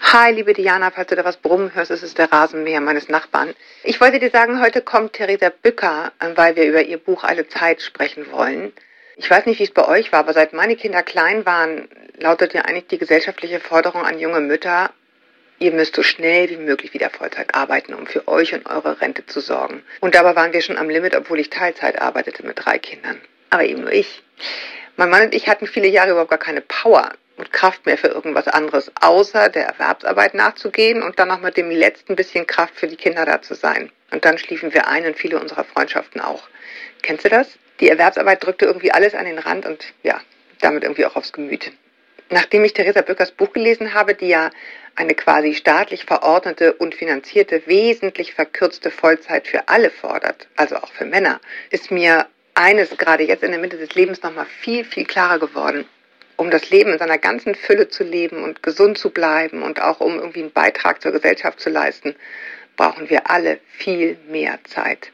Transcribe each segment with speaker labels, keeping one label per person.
Speaker 1: Hi, liebe Diana, falls du da was brummen hörst, ist es der Rasenmäher meines Nachbarn. Ich wollte dir sagen, heute kommt Theresa Bücker, weil wir über ihr Buch Alle Zeit sprechen wollen. Ich weiß nicht, wie es bei euch war, aber seit meine Kinder klein waren, lautet ja eigentlich die gesellschaftliche Forderung an junge Mütter, ihr müsst so schnell wie möglich wieder Vollzeit arbeiten, um für euch und eure Rente zu sorgen. Und dabei waren wir schon am Limit, obwohl ich Teilzeit arbeitete mit 3 Kindern. Aber eben nur ich. Mein Mann und ich hatten viele Jahre überhaupt gar keine Power und Kraft mehr für irgendwas anderes, außer der Erwerbsarbeit nachzugehen und dann noch mit dem letzten bisschen Kraft für die Kinder da zu sein. Und dann schliefen wir ein und viele unserer Freundschaften auch. Kennst du das? Die Erwerbsarbeit drückte irgendwie alles an den Rand und ja, damit irgendwie auch aufs Gemüt. Nachdem ich Theresa Bückers Buch gelesen habe, die ja eine quasi staatlich verordnete und finanzierte, wesentlich verkürzte Vollzeit für alle fordert, also auch für Männer, ist mir eines gerade jetzt in der Mitte des Lebens nochmal viel, viel klarer geworden. Um das Leben in seiner ganzen Fülle zu leben und gesund zu bleiben und auch um irgendwie einen Beitrag zur Gesellschaft zu leisten, brauchen wir alle viel mehr Zeit.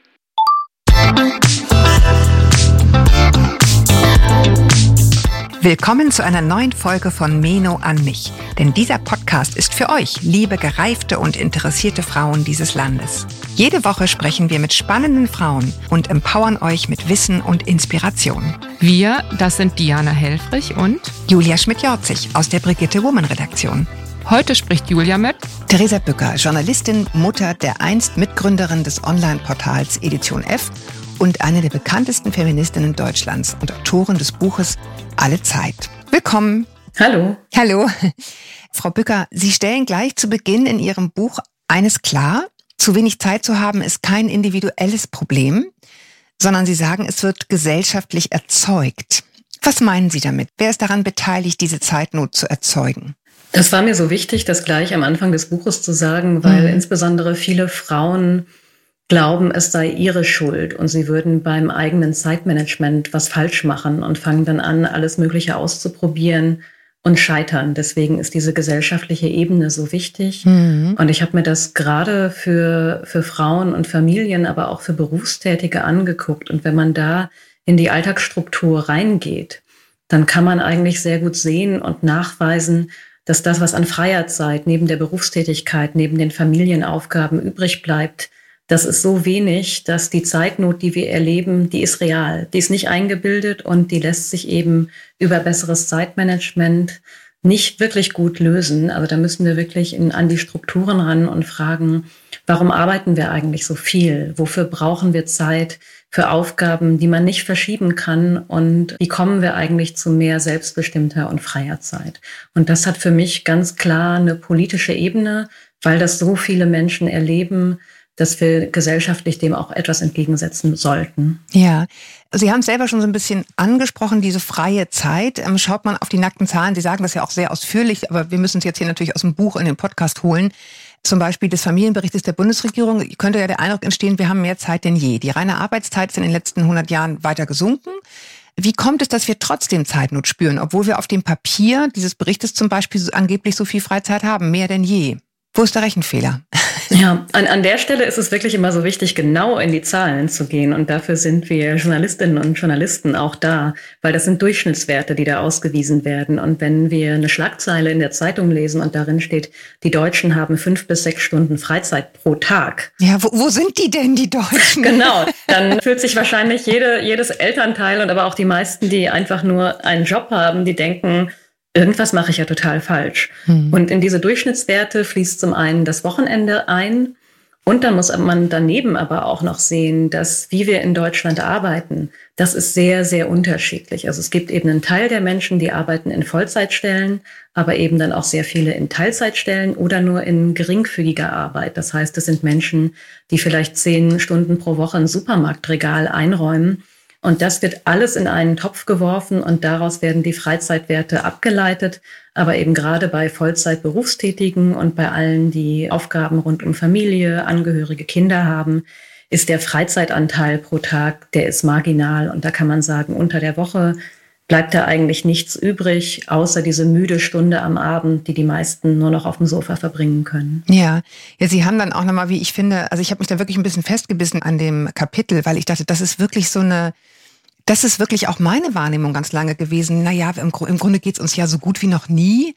Speaker 2: Willkommen zu einer neuen Folge von Meno an mich. Denn dieser Podcast ist für euch, liebe gereifte und interessierte Frauen dieses Landes. Jede Woche sprechen wir mit spannenden Frauen und empowern euch mit Wissen und Inspiration.
Speaker 3: Wir, das sind Diana Helfrich und
Speaker 2: Julia Schmidt-Jorzig aus der Brigitte Woman Redaktion.
Speaker 3: Heute spricht Julia mit
Speaker 2: Theresa Bücker, Journalistin, Mutter der einst Mitgründerin des Online-Portals Edition F und eine der bekanntesten Feministinnen Deutschlands und Autorin des Buches Alle Zeit. Willkommen.
Speaker 4: Hallo.
Speaker 2: Hallo. Frau Bücker, Sie stellen gleich zu Beginn in Ihrem Buch eines klar: Zu wenig Zeit zu haben ist kein individuelles Problem, sondern Sie sagen, es wird gesellschaftlich erzeugt. Was meinen Sie damit? Wer ist daran beteiligt, diese Zeitnot zu erzeugen?
Speaker 4: Das war mir so wichtig, das gleich am Anfang des Buches zu sagen, weil insbesondere viele Frauen glauben, es sei ihre Schuld und sie würden beim eigenen Zeitmanagement was falsch machen und fangen dann an, alles Mögliche auszuprobieren und scheitern. Deswegen ist diese gesellschaftliche Ebene so wichtig. Und ich habe mir das gerade für Frauen und Familien, aber auch für Berufstätige angeguckt. Und wenn man da in die Alltagsstruktur reingeht, dann kann man eigentlich sehr gut sehen und nachweisen, dass das, was an freier Zeit neben der Berufstätigkeit, neben den Familienaufgaben übrig bleibt, das ist so wenig, dass die Zeitnot, die wir erleben, die ist real. Die ist nicht eingebildet und die lässt sich eben über besseres Zeitmanagement nicht wirklich gut lösen. Also da müssen wir wirklich an die Strukturen ran und fragen, warum arbeiten wir eigentlich so viel? Wofür brauchen wir Zeit für Aufgaben, die man nicht verschieben kann? Und wie kommen wir eigentlich zu mehr selbstbestimmter und freier Zeit? Und das hat für mich ganz klar eine politische Ebene, weil das so viele Menschen erleben, dass wir gesellschaftlich dem auch etwas entgegensetzen sollten.
Speaker 2: Ja, Sie haben es selber schon so ein bisschen angesprochen, diese freie Zeit. Schaut man auf die nackten Zahlen, Sie sagen das ja auch sehr ausführlich, aber wir müssen es jetzt hier natürlich aus dem Buch in den Podcast holen. Zum Beispiel des Familienberichtes der Bundesregierung könnte ja der Eindruck entstehen, wir haben mehr Zeit denn je. Die reine Arbeitszeit ist in den letzten 100 Jahren weiter gesunken. Wie kommt es, dass wir trotzdem Zeitnot spüren, obwohl wir auf dem Papier dieses Berichtes zum Beispiel angeblich so viel Freizeit haben, mehr denn je? Wo ist der Rechenfehler?
Speaker 4: Ja, an der Stelle ist es wirklich immer so wichtig, genau in die Zahlen zu gehen. Und dafür sind wir Journalistinnen und Journalisten auch da, weil das sind Durchschnittswerte, die da ausgewiesen werden. Und wenn wir eine Schlagzeile in der Zeitung lesen und darin steht, die Deutschen haben 5 bis 6 Stunden Freizeit pro Tag.
Speaker 2: Ja, wo sind die denn, die Deutschen?
Speaker 4: Genau, dann fühlt sich wahrscheinlich jedes Elternteil und aber auch die meisten, die einfach nur einen Job haben, die denken, irgendwas mache ich ja total falsch. Und in diese Durchschnittswerte fließt zum einen das Wochenende ein und dann muss man daneben aber auch noch sehen, dass wie wir in Deutschland arbeiten, das ist sehr, sehr unterschiedlich. Also es gibt eben einen Teil der Menschen, die arbeiten in Vollzeitstellen, aber eben dann auch sehr viele in Teilzeitstellen oder nur in geringfügiger Arbeit. Das heißt, es sind Menschen, die vielleicht 10 Stunden pro Woche ein Supermarktregal einräumen. Und das wird alles in einen Topf geworfen und daraus werden die Freizeitwerte abgeleitet. Aber eben gerade bei Vollzeitberufstätigen und bei allen, die Aufgaben rund um Familie, Angehörige, Kinder haben, ist der Freizeitanteil pro Tag, der ist marginal. Und da kann man sagen, unter der Woche bleibt da eigentlich nichts übrig, außer diese müde Stunde am Abend, die meisten nur noch auf dem Sofa verbringen können.
Speaker 2: Ja, Sie haben dann auch nochmal, wie ich finde, also ich habe mich da wirklich ein bisschen festgebissen an dem Kapitel, weil ich dachte, das ist wirklich das ist wirklich auch meine Wahrnehmung ganz lange gewesen. Naja, im Grunde geht's uns ja so gut wie noch nie.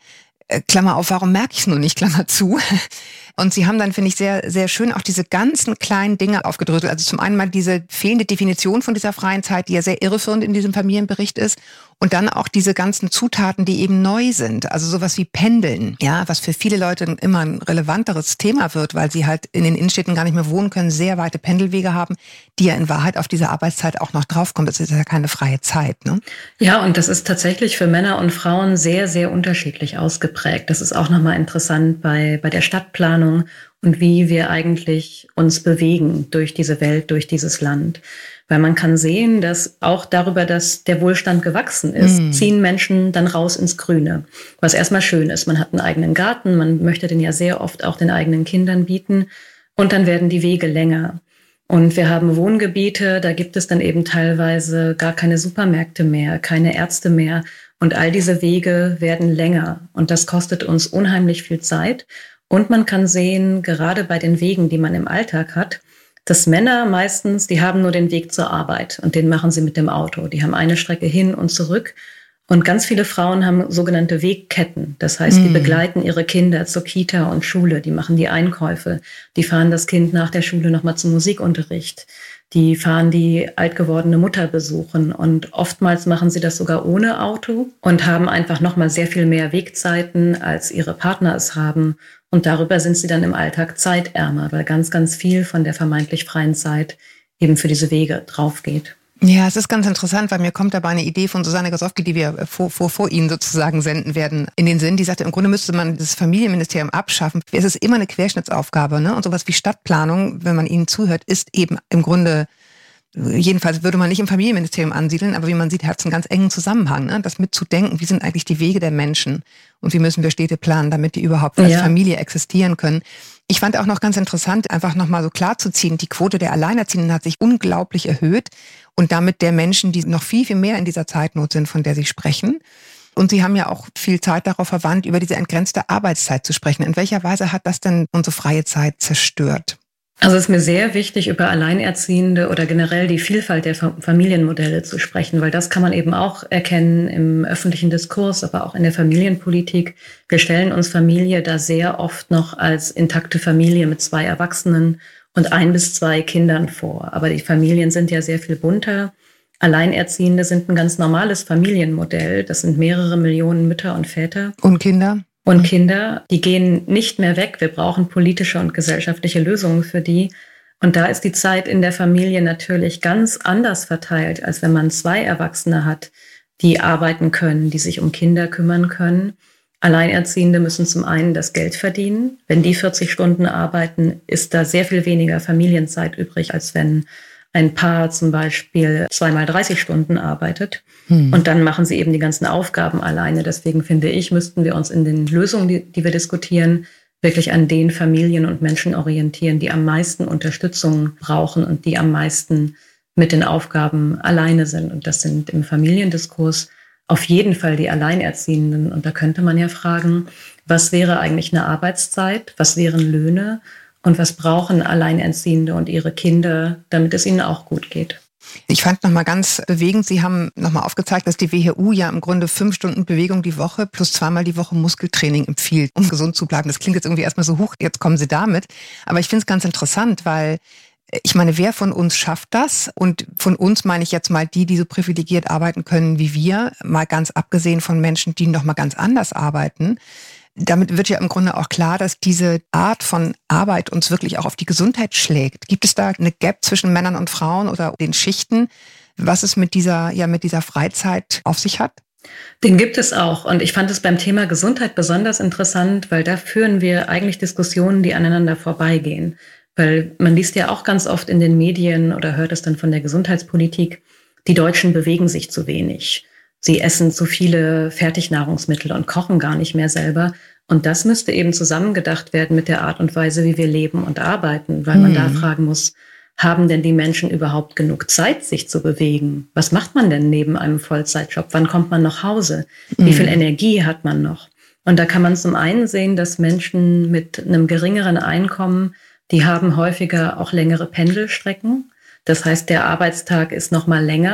Speaker 2: Klammer auf, warum merke ich es nur nicht, Klammer zu. Und Sie haben dann, finde ich, sehr, sehr schön auch diese ganzen kleinen Dinge aufgedröselt. Also zum einen mal diese fehlende Definition von dieser freien Zeit, die ja sehr irreführend in diesem Familienbericht ist. Und dann auch diese ganzen Zutaten, die eben neu sind. Also sowas wie Pendeln, ja, was für viele Leute immer ein relevanteres Thema wird, weil sie halt in den Innenstädten gar nicht mehr wohnen können, sehr weite Pendelwege haben, die ja in Wahrheit auf diese Arbeitszeit auch noch draufkommt. Das ist ja keine freie Zeit, ne?
Speaker 4: Ja, und das ist tatsächlich für Männer und Frauen sehr, sehr unterschiedlich ausgeprägt. Das ist auch nochmal interessant bei der Stadtplanung und wie wir eigentlich uns bewegen durch diese Welt, durch dieses Land. Weil man kann sehen, dass auch darüber, dass der Wohlstand gewachsen ist, ziehen Menschen dann raus ins Grüne. Was erstmal schön ist. Man hat einen eigenen Garten, man möchte den ja sehr oft auch den eigenen Kindern bieten. Und dann werden die Wege länger. Und wir haben Wohngebiete, da gibt es dann eben teilweise gar keine Supermärkte mehr, keine Ärzte mehr. Und all diese Wege werden länger. Und das kostet uns unheimlich viel Zeit. Und man kann sehen, gerade bei den Wegen, die man im Alltag hat, dass Männer meistens, die haben nur den Weg zur Arbeit und den machen sie mit dem Auto. Die haben eine Strecke hin und zurück. Und ganz viele Frauen haben sogenannte Wegketten. Das heißt, die begleiten ihre Kinder zur Kita und Schule. Die machen die Einkäufe. Die fahren das Kind nach der Schule nochmal zum Musikunterricht. Die fahren die altgewordene Mutter besuchen. Und oftmals machen sie das sogar ohne Auto und haben einfach nochmal sehr viel mehr Wegzeiten, als ihre Partner es haben. Und darüber sind sie dann im Alltag zeitärmer, weil ganz, ganz viel von der vermeintlich freien Zeit eben für diese Wege drauf geht.
Speaker 2: Ja, es ist ganz interessant, weil mir kommt dabei eine Idee von Susanne Gasowski, die wir vor Ihnen sozusagen senden werden, in den Sinn. Die sagte, im Grunde müsste man das Familienministerium abschaffen. Es ist immer eine Querschnittsaufgabe, ne? Und sowas wie Stadtplanung, wenn man Ihnen zuhört, ist eben im Grunde, jedenfalls würde man nicht im Familienministerium ansiedeln, aber wie man sieht, hat es einen ganz engen Zusammenhang, ne? Das mitzudenken, wie sind eigentlich die Wege der Menschen und wie müssen wir Städte planen, damit die überhaupt als Familie existieren können. Ich fand auch noch ganz interessant, einfach nochmal so klar zu ziehen, die Quote der Alleinerziehenden hat sich unglaublich erhöht und damit der Menschen, die noch viel, viel mehr in dieser Zeitnot sind, von der Sie sprechen. Und Sie haben ja auch viel Zeit darauf verwandt, über diese entgrenzte Arbeitszeit zu sprechen. In welcher Weise hat das denn unsere freie Zeit zerstört?
Speaker 4: Also es ist mir sehr wichtig, über Alleinerziehende oder generell die Vielfalt der Familienmodelle zu sprechen, weil das kann man eben auch erkennen im öffentlichen Diskurs, aber auch in der Familienpolitik. Wir stellen uns Familie da sehr oft noch als intakte Familie mit 2 Erwachsenen und 1 bis 2 Kindern vor. Aber die Familien sind ja sehr viel bunter. Alleinerziehende sind ein ganz normales Familienmodell. Das sind mehrere Millionen Mütter und Väter.
Speaker 2: Und Kinder?
Speaker 4: Und Kinder, die gehen nicht mehr weg. Wir brauchen politische und gesellschaftliche Lösungen für die. Und da ist die Zeit in der Familie natürlich ganz anders verteilt, als wenn man 2 Erwachsene hat, die arbeiten können, die sich um Kinder kümmern können. Alleinerziehende müssen zum einen das Geld verdienen. Wenn die 40 Stunden arbeiten, ist da sehr viel weniger Familienzeit übrig, als wenn ein Paar zum Beispiel 2-mal 30 Stunden arbeitet. Und dann machen sie eben die ganzen Aufgaben alleine. Deswegen finde ich, müssten wir uns in den Lösungen, die wir diskutieren, wirklich an den Familien und Menschen orientieren, die am meisten Unterstützung brauchen und die am meisten mit den Aufgaben alleine sind. Und das sind im Familiendiskurs auf jeden Fall die Alleinerziehenden. Und da könnte man ja fragen, was wäre eigentlich eine Arbeitszeit? Was wären Löhne? Und was brauchen Alleinerziehende und ihre Kinder, damit es ihnen auch gut geht?
Speaker 2: Ich fand nochmal ganz bewegend, Sie haben nochmal aufgezeigt, dass die WHO ja im Grunde 5 Stunden Bewegung die Woche plus 2-mal die Woche Muskeltraining empfiehlt, um gesund zu bleiben. Das klingt jetzt irgendwie erstmal so hoch, jetzt kommen Sie damit. Aber ich finde es ganz interessant, weil ich meine, wer von uns schafft das? Und von uns meine ich jetzt mal die so privilegiert arbeiten können wie wir, mal ganz abgesehen von Menschen, die nochmal ganz anders arbeiten. Damit wird ja im Grunde auch klar, dass diese Art von Arbeit uns wirklich auch auf die Gesundheit schlägt. Gibt es da eine Gap zwischen Männern und Frauen oder den Schichten, was es mit dieser Freizeit auf sich hat?
Speaker 4: Den gibt es auch. Und ich fand es beim Thema Gesundheit besonders interessant, weil da führen wir eigentlich Diskussionen, die aneinander vorbeigehen. Weil man liest ja auch ganz oft in den Medien oder hört es dann von der Gesundheitspolitik, die Deutschen bewegen sich zu wenig. Sie essen zu viele Fertignahrungsmittel und kochen gar nicht mehr selber. Und das müsste eben zusammengedacht werden mit der Art und Weise, wie wir leben und arbeiten, weil man da fragen muss, haben denn die Menschen überhaupt genug Zeit, sich zu bewegen? Was macht man denn neben einem Vollzeitjob? Wann kommt man nach Hause? Wie viel Energie hat man noch? Und da kann man zum einen sehen, dass Menschen mit einem geringeren Einkommen, die haben häufiger auch längere Pendelstrecken. Das heißt, der Arbeitstag ist noch mal länger.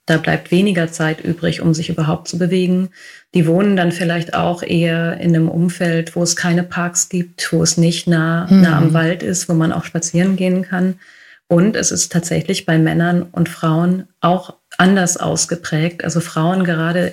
Speaker 4: Da bleibt weniger Zeit übrig, um sich überhaupt zu bewegen. Die wohnen dann vielleicht auch eher in einem Umfeld, wo es keine Parks gibt, wo es nicht nah am Wald ist, wo man auch spazieren gehen kann. Und es ist tatsächlich bei Männern und Frauen auch anders ausgeprägt. Also Frauen gerade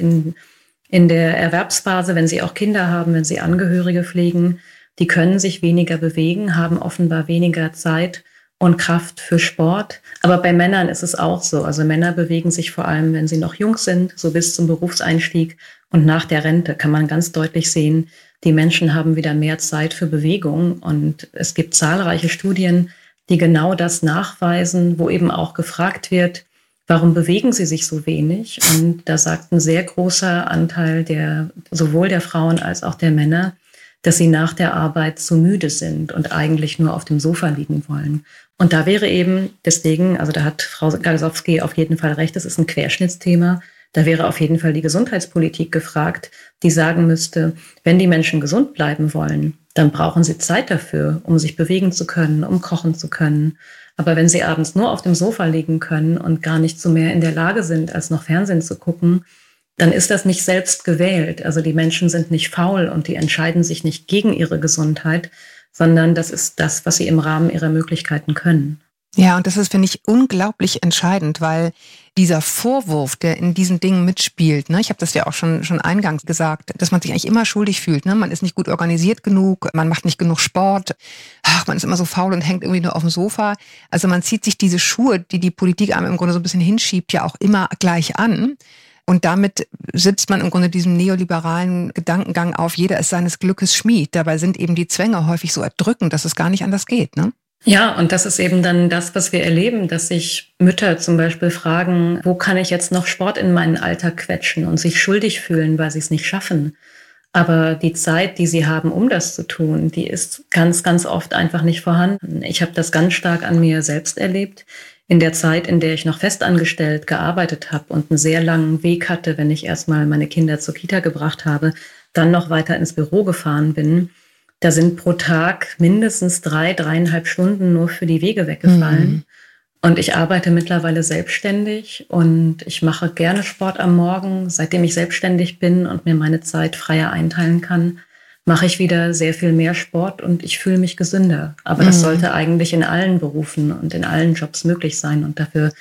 Speaker 4: in der Erwerbsphase, wenn sie auch Kinder haben, wenn sie Angehörige pflegen, die können sich weniger bewegen, haben offenbar weniger Zeit und Kraft für Sport. Aber bei Männern ist es auch so. Also Männer bewegen sich vor allem, wenn sie noch jung sind, so bis zum Berufseinstieg. Und nach der Rente kann man ganz deutlich sehen, die Menschen haben wieder mehr Zeit für Bewegung. Und es gibt zahlreiche Studien, die genau das nachweisen, wo eben auch gefragt wird, warum bewegen sie sich so wenig? Und da sagt ein sehr großer Anteil sowohl der Frauen als auch der Männer, dass sie nach der Arbeit zu müde sind und eigentlich nur auf dem Sofa liegen wollen. Und da wäre eben deswegen, also da hat Frau Galsowski auf jeden Fall recht, das ist ein Querschnittsthema. Da wäre auf jeden Fall die Gesundheitspolitik gefragt, die sagen müsste, wenn die Menschen gesund bleiben wollen, dann brauchen sie Zeit dafür, um sich bewegen zu können, um kochen zu können. Aber wenn sie abends nur auf dem Sofa liegen können und gar nicht so mehr in der Lage sind, als noch Fernsehen zu gucken, dann ist das nicht selbst gewählt. Also die Menschen sind nicht faul und die entscheiden sich nicht gegen ihre Gesundheit, sondern das ist das, was sie im Rahmen ihrer Möglichkeiten können.
Speaker 2: Ja, und das ist, finde ich, unglaublich entscheidend, weil dieser Vorwurf, der in diesen Dingen mitspielt, ne, ich habe das ja auch schon eingangs gesagt, dass man sich eigentlich immer schuldig fühlt, ne, man ist nicht gut organisiert genug, man macht nicht genug Sport, man ist immer so faul und hängt irgendwie nur auf dem Sofa. Also man zieht sich diese Schuhe, die die Politik einem im Grunde so ein bisschen hinschiebt, ja auch immer gleich an. Und damit sitzt man im Grunde diesem neoliberalen Gedankengang auf, jeder ist seines Glückes Schmied. Dabei sind eben die Zwänge häufig so erdrückend, dass es gar nicht anders geht, ne?
Speaker 4: Ja, und das ist eben dann das, was wir erleben, dass sich Mütter zum Beispiel fragen, wo kann ich jetzt noch Sport in meinen Alltag quetschen und sich schuldig fühlen, weil sie es nicht schaffen. Aber die Zeit, die sie haben, um das zu tun, die ist ganz, ganz oft einfach nicht vorhanden. Ich habe das ganz stark an mir selbst erlebt. In der Zeit, in der ich noch festangestellt gearbeitet habe und einen sehr langen Weg hatte, wenn ich erstmal meine Kinder zur Kita gebracht habe, dann noch weiter ins Büro gefahren bin, da sind pro Tag mindestens 3,5 Stunden nur für die Wege weggefallen. Und ich arbeite mittlerweile selbstständig und ich mache gerne Sport am Morgen. Seitdem ich selbstständig bin und mir meine Zeit freier einteilen kann, mache ich wieder sehr viel mehr Sport und ich fühle mich gesünder. Aber das sollte eigentlich in allen Berufen und in allen Jobs möglich sein. Und dafür,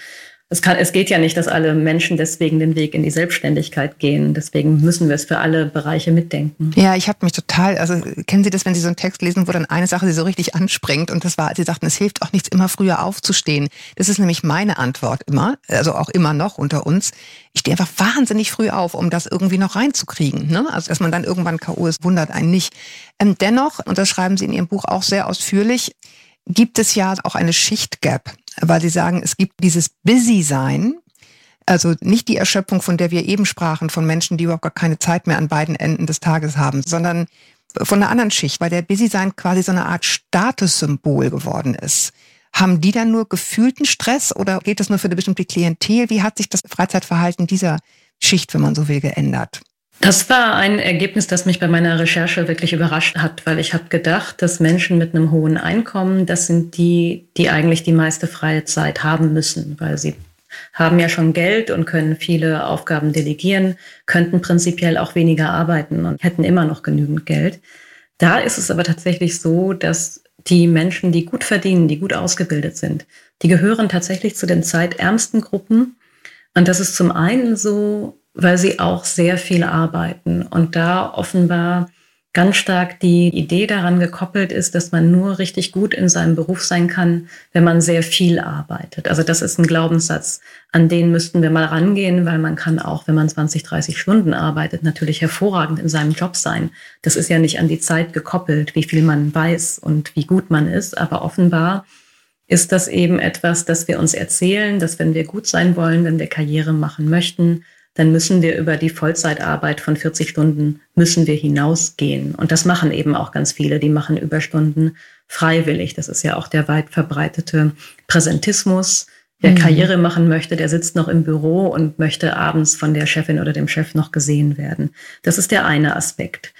Speaker 4: es geht ja nicht, dass alle Menschen deswegen den Weg in die Selbstständigkeit gehen. Deswegen müssen wir es für alle Bereiche mitdenken.
Speaker 2: Ja, ich habe mich total, also kennen Sie das, wenn Sie so einen Text lesen, wo dann eine Sache Sie so richtig anspringt und das war, als Sie sagten, es hilft auch nichts, immer früher aufzustehen. Das ist nämlich meine Antwort immer, also auch immer noch unter uns. Ich stehe einfach wahnsinnig früh auf, um das irgendwie noch reinzukriegen, ne? Also dass man dann irgendwann K.O. ist, wundert einen nicht. Dennoch, und das schreiben Sie in Ihrem Buch auch sehr ausführlich, gibt es ja auch eine Schichtgap, weil Sie sagen, es gibt dieses Busy-Sein, also nicht die Erschöpfung, von der wir eben sprachen, von Menschen, die überhaupt gar keine Zeit mehr an beiden Enden des Tages haben, sondern von einer anderen Schicht, weil der Busy-Sein quasi so eine Art Statussymbol geworden ist. Haben die dann nur gefühlten Stress oder geht das nur für eine bestimmte Klientel? Wie hat sich das Freizeitverhalten dieser Schicht, wenn man so will, geändert?
Speaker 4: Das war ein Ergebnis, das mich bei meiner Recherche wirklich überrascht hat, weil ich habe gedacht, dass Menschen mit einem hohen Einkommen, das sind die eigentlich die meiste freie Zeit haben müssen, weil sie haben ja schon Geld und können viele Aufgaben delegieren, könnten prinzipiell auch weniger arbeiten und hätten immer noch genügend Geld. Da ist es aber tatsächlich so, dass die Menschen, die gut verdienen, die gut ausgebildet sind, die gehören tatsächlich zu den zeitärmsten Gruppen. Und das ist zum einen so, weil sie auch sehr viel arbeiten und da offenbar ganz stark die Idee daran gekoppelt ist, dass man nur richtig gut in seinem Beruf sein kann, wenn man sehr viel arbeitet. Also das ist ein Glaubenssatz, an den müssten wir mal rangehen, weil man kann auch, wenn man 20, 30 Stunden arbeitet, natürlich hervorragend in seinem Job sein. Das ist ja nicht an die Zeit gekoppelt, wie viel man weiß und wie gut man ist, aber offenbar ist das eben etwas, das wir uns erzählen, dass wenn wir gut sein wollen, wenn wir Karriere machen möchten, dann müssen wir über die Vollzeitarbeit von 40 Stunden müssen wir hinausgehen. Und das machen eben auch ganz viele, die machen Überstunden freiwillig. Das ist ja auch der weit verbreitete Präsentismus. Wer Karriere machen möchte, der sitzt noch im Büro und möchte abends von der Chefin oder dem Chef noch gesehen werden. Das ist der eine Aspekt.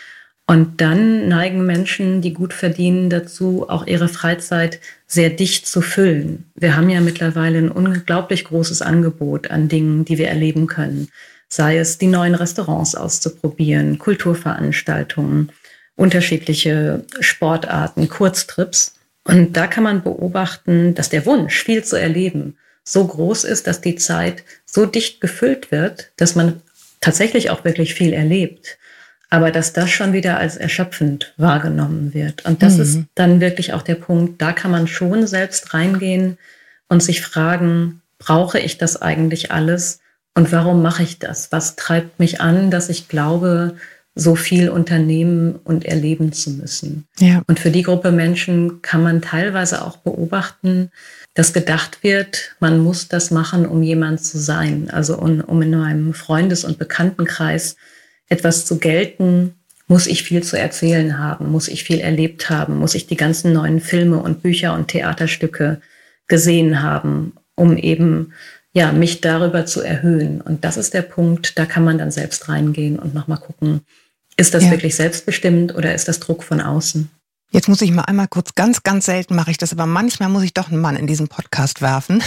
Speaker 4: Und dann neigen Menschen, die gut verdienen, dazu, auch ihre Freizeit sehr dicht zu füllen. Wir haben ja mittlerweile ein unglaublich großes Angebot an Dingen, die wir erleben können. Sei es die neuen Restaurants auszuprobieren, Kulturveranstaltungen, unterschiedliche Sportarten, Kurztrips. Und da kann man beobachten, dass der Wunsch, viel zu erleben, so groß ist, dass die Zeit so dicht gefüllt wird, dass man tatsächlich auch wirklich viel erlebt. Aber dass das schon wieder als erschöpfend wahrgenommen wird. Und das ist dann wirklich auch der Punkt, da kann man schon selbst reingehen und sich fragen, brauche ich das eigentlich alles? Und warum mache ich das? Was treibt mich an, dass ich glaube, so viel unternehmen und erleben zu müssen?
Speaker 2: Ja.
Speaker 4: Und für die Gruppe Menschen kann man teilweise auch beobachten, dass gedacht wird, man muss das machen, um jemand zu sein. Also um in einem Freundes- und Bekanntenkreis etwas zu gelten, muss ich viel zu erzählen haben, muss ich viel erlebt haben, muss ich die ganzen neuen Filme und Bücher und Theaterstücke gesehen haben, um eben mich darüber zu erhöhen. Und das ist der Punkt, da kann man dann selbst reingehen und nochmal gucken, ist das wirklich selbstbestimmt oder ist das Druck von außen?
Speaker 2: Jetzt muss ich mal einmal kurz, ganz, ganz selten mache ich das, aber manchmal muss ich doch einen Mann in diesen Podcast werfen.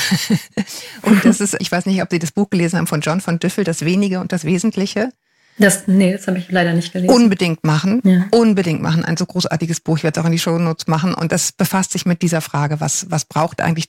Speaker 2: Und das ist, ich weiß nicht, ob Sie das Buch gelesen haben von John von Düffel, Das Wenige und das Wesentliche.
Speaker 4: Das habe ich leider nicht gelesen.
Speaker 2: Unbedingt machen. Ein so großartiges Buch. Ich werde es auch in die Shownotes machen. Und das befasst sich mit dieser Frage, was braucht eigentlich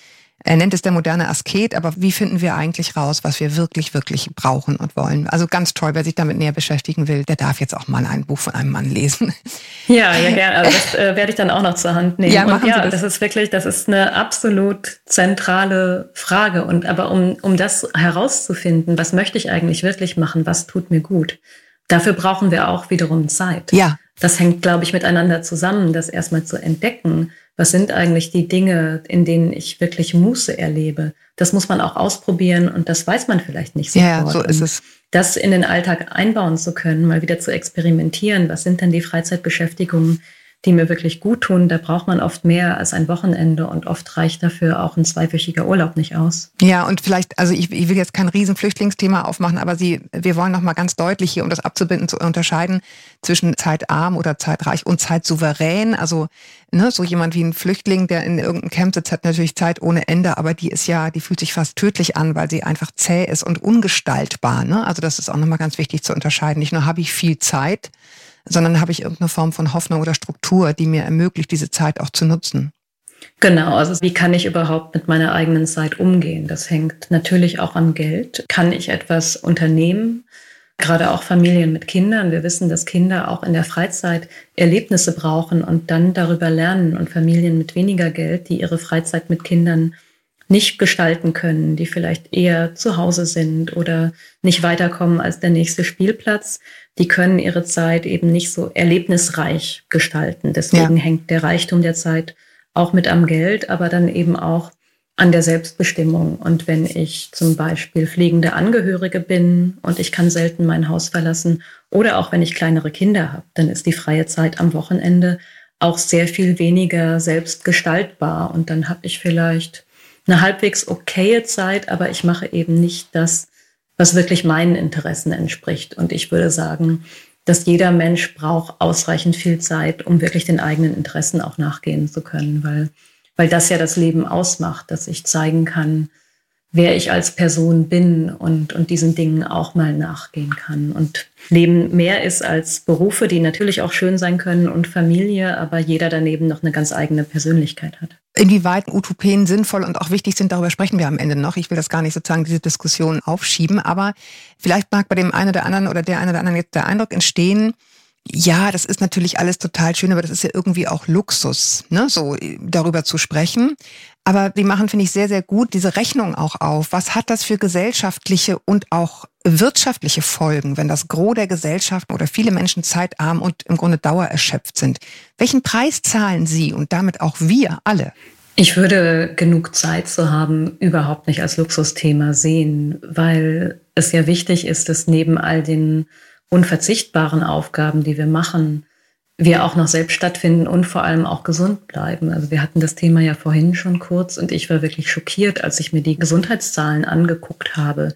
Speaker 2: er nennt es der moderne Asket, aber wie finden wir eigentlich raus, was wir wirklich, wirklich brauchen und wollen? Also ganz toll, wer sich damit näher beschäftigen will, der darf jetzt auch mal ein Buch von einem Mann lesen.
Speaker 4: Ja, gerne. Also das werde ich dann auch noch zur Hand nehmen.
Speaker 2: Ja, machen Sie das.
Speaker 4: Das ist eine absolut zentrale Frage. Aber um das herauszufinden, was möchte ich eigentlich wirklich machen, was tut mir gut, dafür brauchen wir auch wiederum Zeit.
Speaker 2: Ja.
Speaker 4: Das hängt, glaube ich, miteinander zusammen, das erstmal zu entdecken. Was sind eigentlich die Dinge, in denen ich wirklich Muße erlebe? Das muss man auch ausprobieren und das weiß man vielleicht nicht sofort.
Speaker 2: Ja, so ist es.
Speaker 4: Das in den Alltag einbauen zu können, mal wieder zu experimentieren. Was sind denn die Freizeitbeschäftigungen, die mir wirklich gut tun? Da braucht man oft mehr als ein Wochenende und oft reicht dafür auch ein 2-wöchiger Urlaub nicht aus.
Speaker 2: Ja, und vielleicht, also ich will jetzt kein riesen Flüchtlingsthema aufmachen, aber wir wollen noch mal ganz deutlich hier, um das abzubinden, zu unterscheiden zwischen zeitarm oder zeitreich und zeitsouverän. Also so jemand wie ein Flüchtling, der in irgendeinem Camp sitzt, hat natürlich Zeit ohne Ende, aber die fühlt sich fast tödlich an, weil sie einfach zäh ist und ungestaltbar. Ne? Also das ist auch noch mal ganz wichtig zu unterscheiden. Nicht nur habe ich viel Zeit, sondern habe ich irgendeine Form von Hoffnung oder Struktur, die mir ermöglicht, diese Zeit auch zu nutzen.
Speaker 4: Genau, also wie kann ich überhaupt mit meiner eigenen Zeit umgehen? Das hängt natürlich auch am Geld. Kann ich etwas unternehmen? Gerade auch Familien mit Kindern. Wir wissen, dass Kinder auch in der Freizeit Erlebnisse brauchen und dann darüber lernen. Und Familien mit weniger Geld, die ihre Freizeit mit Kindern nicht gestalten können, die vielleicht eher zu Hause sind oder nicht weiterkommen als der nächste Spielplatz, die können ihre Zeit eben nicht so erlebnisreich gestalten. Deswegen hängt der Reichtum der Zeit auch mit am Geld, aber dann eben auch an der Selbstbestimmung. Und wenn ich zum Beispiel pflegende Angehörige bin und ich kann selten mein Haus verlassen oder auch wenn ich kleinere Kinder habe, dann ist die freie Zeit am Wochenende auch sehr viel weniger selbst gestaltbar. Und dann habe ich vielleicht eine halbwegs okaye Zeit, aber ich mache eben nicht das, was wirklich meinen Interessen entspricht. Und ich würde sagen, dass jeder Mensch braucht ausreichend viel Zeit, um wirklich den eigenen Interessen auch nachgehen zu können, weil das ja das Leben ausmacht, dass ich zeigen kann, wer ich als Person bin und diesen Dingen auch mal nachgehen kann. Und Leben mehr ist als Berufe, die natürlich auch schön sein können und Familie, aber jeder daneben noch eine ganz eigene Persönlichkeit hat.
Speaker 2: Inwieweit Utopien sinnvoll und auch wichtig sind, darüber sprechen wir am Ende noch. Ich will das gar nicht sozusagen diese Diskussion aufschieben, aber vielleicht mag bei dem einen oder anderen oder der einen oder anderen jetzt der Eindruck entstehen, ja, das ist natürlich alles total schön, aber das ist ja irgendwie auch Luxus, ne, so darüber zu sprechen. Aber die machen, finde ich, sehr, sehr gut diese Rechnung auch auf. Was hat das für gesellschaftliche und auch wirtschaftliche Folgen, wenn das Gros der Gesellschaft oder viele Menschen zeitarm und im Grunde dauererschöpft sind? Welchen Preis zahlen Sie und damit auch wir alle?
Speaker 4: Ich würde genug Zeit zu haben überhaupt nicht als Luxusthema sehen, weil es ja wichtig ist, dass neben all den unverzichtbaren Aufgaben, die wir machen, wir auch noch selbst stattfinden und vor allem auch gesund bleiben. Also wir hatten das Thema ja vorhin schon kurz und ich war wirklich schockiert, als ich mir die Gesundheitszahlen angeguckt habe,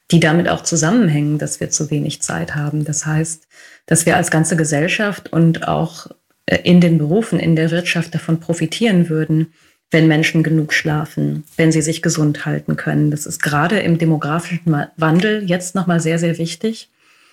Speaker 4: die damit auch zusammenhängen, dass wir zu wenig Zeit haben. Das heißt, dass wir als ganze Gesellschaft und auch in den Berufen, in der Wirtschaft davon profitieren würden, wenn Menschen genug schlafen, wenn sie sich gesund halten können. Das ist gerade im demografischen Wandel jetzt nochmal sehr, sehr wichtig,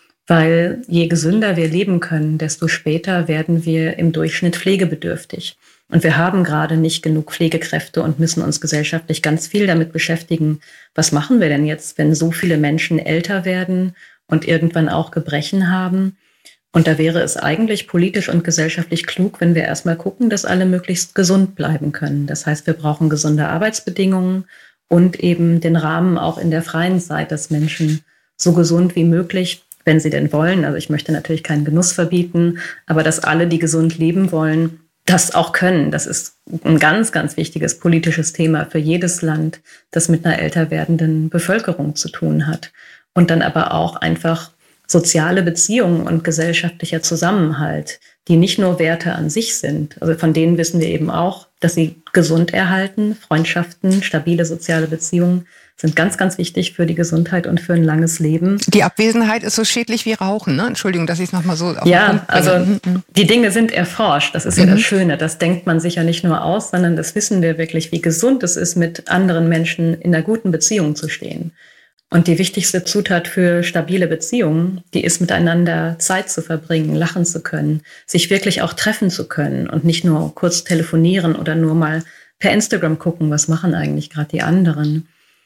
Speaker 4: weil je gesünder wir leben können, desto später werden wir im Durchschnitt pflegebedürftig. Und wir haben gerade nicht genug Pflegekräfte und müssen uns gesellschaftlich ganz viel damit beschäftigen. Was machen wir denn jetzt, wenn so viele Menschen älter werden und irgendwann auch Gebrechen haben? Und da wäre es eigentlich politisch und gesellschaftlich klug, wenn wir erstmal gucken, dass alle möglichst gesund bleiben können. Das heißt, wir brauchen gesunde Arbeitsbedingungen und eben den Rahmen auch in der freien Zeit, dass Menschen so gesund wie möglich, wenn sie denn wollen, also ich möchte natürlich keinen Genuss verbieten, aber dass alle, die gesund leben wollen, das auch können. Das ist ein ganz, ganz wichtiges politisches Thema für jedes Land, das mit einer älter werdenden Bevölkerung zu tun hat. Und dann aber auch einfach soziale Beziehungen und gesellschaftlicher Zusammenhalt, die nicht nur Werte an sich sind. Also von denen wissen wir eben auch, dass sie gesund erhalten. Freundschaften, stabile soziale Beziehungen sind ganz, ganz wichtig für die Gesundheit und für ein langes Leben.
Speaker 2: Die Abwesenheit ist so schädlich wie Rauchen, ne? Entschuldigung, dass ich es nochmal so auf
Speaker 4: den Punkt bringe. Also die Dinge sind erforscht. Das ist ja das Schöne. Das denkt man sich ja nicht nur aus, sondern das wissen wir wirklich, wie gesund es ist, mit anderen Menschen in einer guten Beziehung zu stehen. Und die wichtigste Zutat für stabile Beziehungen, die ist, miteinander Zeit zu verbringen, lachen zu können, sich wirklich auch treffen zu können und nicht nur kurz telefonieren oder nur mal per Instagram gucken, was machen eigentlich gerade die anderen.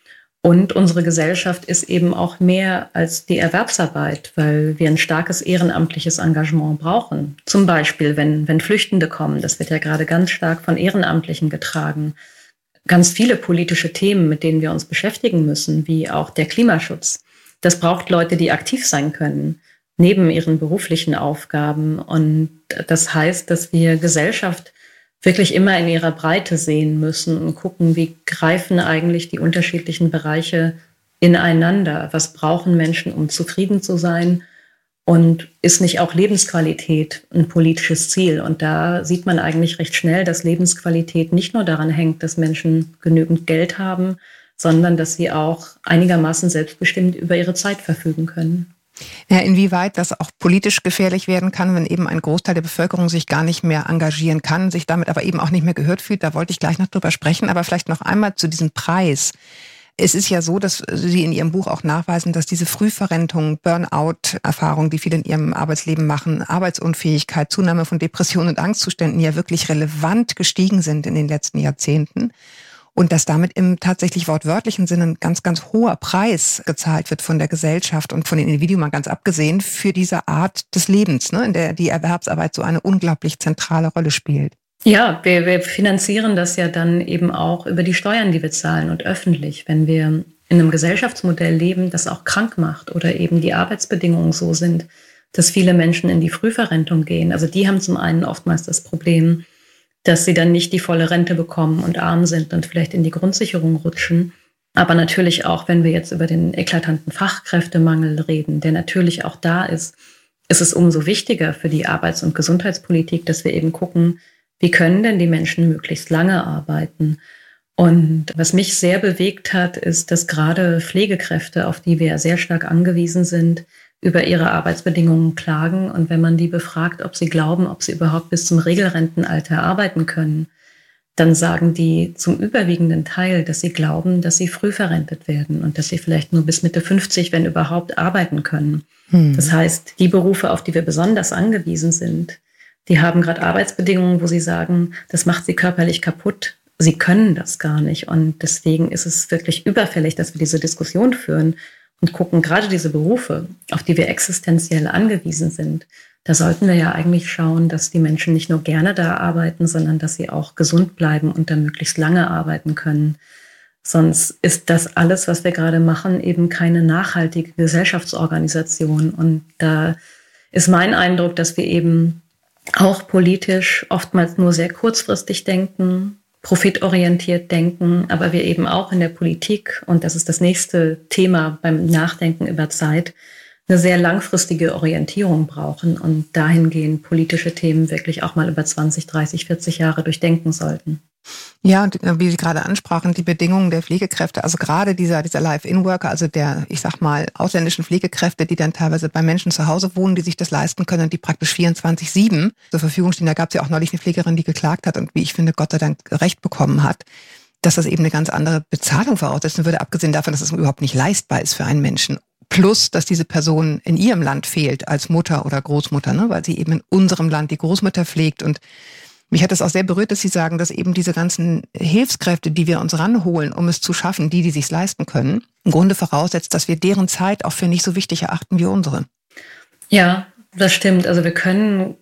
Speaker 4: Und unsere Gesellschaft ist eben auch mehr als die Erwerbsarbeit, weil wir ein starkes ehrenamtliches Engagement brauchen. Zum Beispiel, wenn Flüchtende kommen, das wird ja gerade ganz stark von Ehrenamtlichen getragen. Ganz viele politische Themen, mit denen wir uns beschäftigen müssen, wie auch der Klimaschutz. Das braucht Leute, die aktiv sein können, neben ihren beruflichen Aufgaben. Und das heißt, dass wir Gesellschaft wirklich immer in ihrer Breite sehen müssen und gucken, wie greifen eigentlich die unterschiedlichen Bereiche ineinander. Was brauchen Menschen, um zufrieden zu sein? Und ist nicht auch Lebensqualität ein politisches Ziel? Und da sieht man eigentlich recht schnell, dass Lebensqualität nicht nur daran hängt, dass Menschen genügend Geld haben, sondern dass sie auch einigermaßen selbstbestimmt über ihre Zeit verfügen können.
Speaker 2: Ja, inwieweit das auch politisch gefährlich werden kann, wenn eben ein Großteil der Bevölkerung sich gar nicht mehr engagieren kann, sich damit aber eben auch nicht mehr gehört fühlt, da wollte ich gleich noch drüber sprechen. Aber vielleicht noch einmal zu diesem Preis. Es ist ja so, dass Sie in Ihrem Buch auch nachweisen, dass diese Frühverrentung, Burnout-Erfahrung, die viele in ihrem Arbeitsleben machen, Arbeitsunfähigkeit, Zunahme von Depressionen und Angstzuständen ja wirklich relevant gestiegen sind in den letzten Jahrzehnten. Und dass damit im tatsächlich wortwörtlichen Sinne ein ganz, ganz hoher Preis gezahlt wird von der Gesellschaft und von den Individuen mal ganz abgesehen für diese Art des Lebens, ne, in der die Erwerbsarbeit so eine unglaublich zentrale Rolle spielt.
Speaker 4: Ja, wir finanzieren das ja dann eben auch über die Steuern, die wir zahlen und öffentlich. Wenn wir in einem Gesellschaftsmodell leben, das auch krank macht oder eben die Arbeitsbedingungen so sind, dass viele Menschen in die Frühverrentung gehen. Also die haben zum einen oftmals das Problem, dass sie dann nicht die volle Rente bekommen und arm sind und vielleicht in die Grundsicherung rutschen. Aber natürlich auch, wenn wir jetzt über den eklatanten Fachkräftemangel reden, der natürlich auch da ist es umso wichtiger für die Arbeits- und Gesundheitspolitik, dass wir eben gucken, wie können denn die Menschen möglichst lange arbeiten? Und was mich sehr bewegt hat, ist, dass gerade Pflegekräfte, auf die wir ja sehr stark angewiesen sind, über ihre Arbeitsbedingungen klagen. Und wenn man die befragt, ob sie glauben, ob sie überhaupt bis zum Regelrentenalter arbeiten können, dann sagen die zum überwiegenden Teil, dass sie glauben, dass sie früh verrentet werden und dass sie vielleicht nur bis Mitte 50, wenn überhaupt, arbeiten können. Das heißt, die Berufe, auf die wir besonders angewiesen sind, die haben gerade Arbeitsbedingungen, wo sie sagen, das macht sie körperlich kaputt. Sie können das gar nicht. Und deswegen ist es wirklich überfällig, dass wir diese Diskussion führen und gucken, gerade diese Berufe, auf die wir existenziell angewiesen sind, da sollten wir ja eigentlich schauen, dass die Menschen nicht nur gerne da arbeiten, sondern dass sie auch gesund bleiben und da möglichst lange arbeiten können. Sonst ist das alles, was wir gerade machen, eben keine nachhaltige Gesellschaftsorganisation. Und da ist mein Eindruck, dass wir eben auch politisch oftmals nur sehr kurzfristig denken, profitorientiert denken, aber wir eben auch in der Politik, und das ist das nächste Thema beim Nachdenken über Zeit, eine sehr langfristige Orientierung brauchen und dahingehend politische Themen wirklich auch mal über 20, 30, 40 Jahre durchdenken sollten.
Speaker 2: Ja, und wie Sie gerade ansprachen, die Bedingungen der Pflegekräfte, also gerade dieser Live-In-Worker, also der, ich sag mal, ausländischen Pflegekräfte, die dann teilweise bei Menschen zu Hause wohnen, die sich das leisten können und die praktisch 24/7 zur Verfügung stehen. Da gab es ja auch neulich eine Pflegerin, die geklagt hat und wie ich finde, Gott sei Dank Recht bekommen hat, dass das eben eine ganz andere Bezahlung voraussetzen würde, abgesehen davon, dass es überhaupt nicht leistbar ist für einen Menschen. Plus, dass diese Person in ihrem Land fehlt als Mutter oder Großmutter, ne, weil sie eben in unserem Land die Großmutter pflegt. Und mich hat es auch sehr berührt, dass Sie sagen, dass eben diese ganzen Hilfskräfte, die wir uns ranholen, um es zu schaffen, die sich's leisten können, im Grunde voraussetzt, dass wir deren Zeit auch für nicht so wichtig erachten wie unsere.
Speaker 4: Ja, das stimmt. Also wir können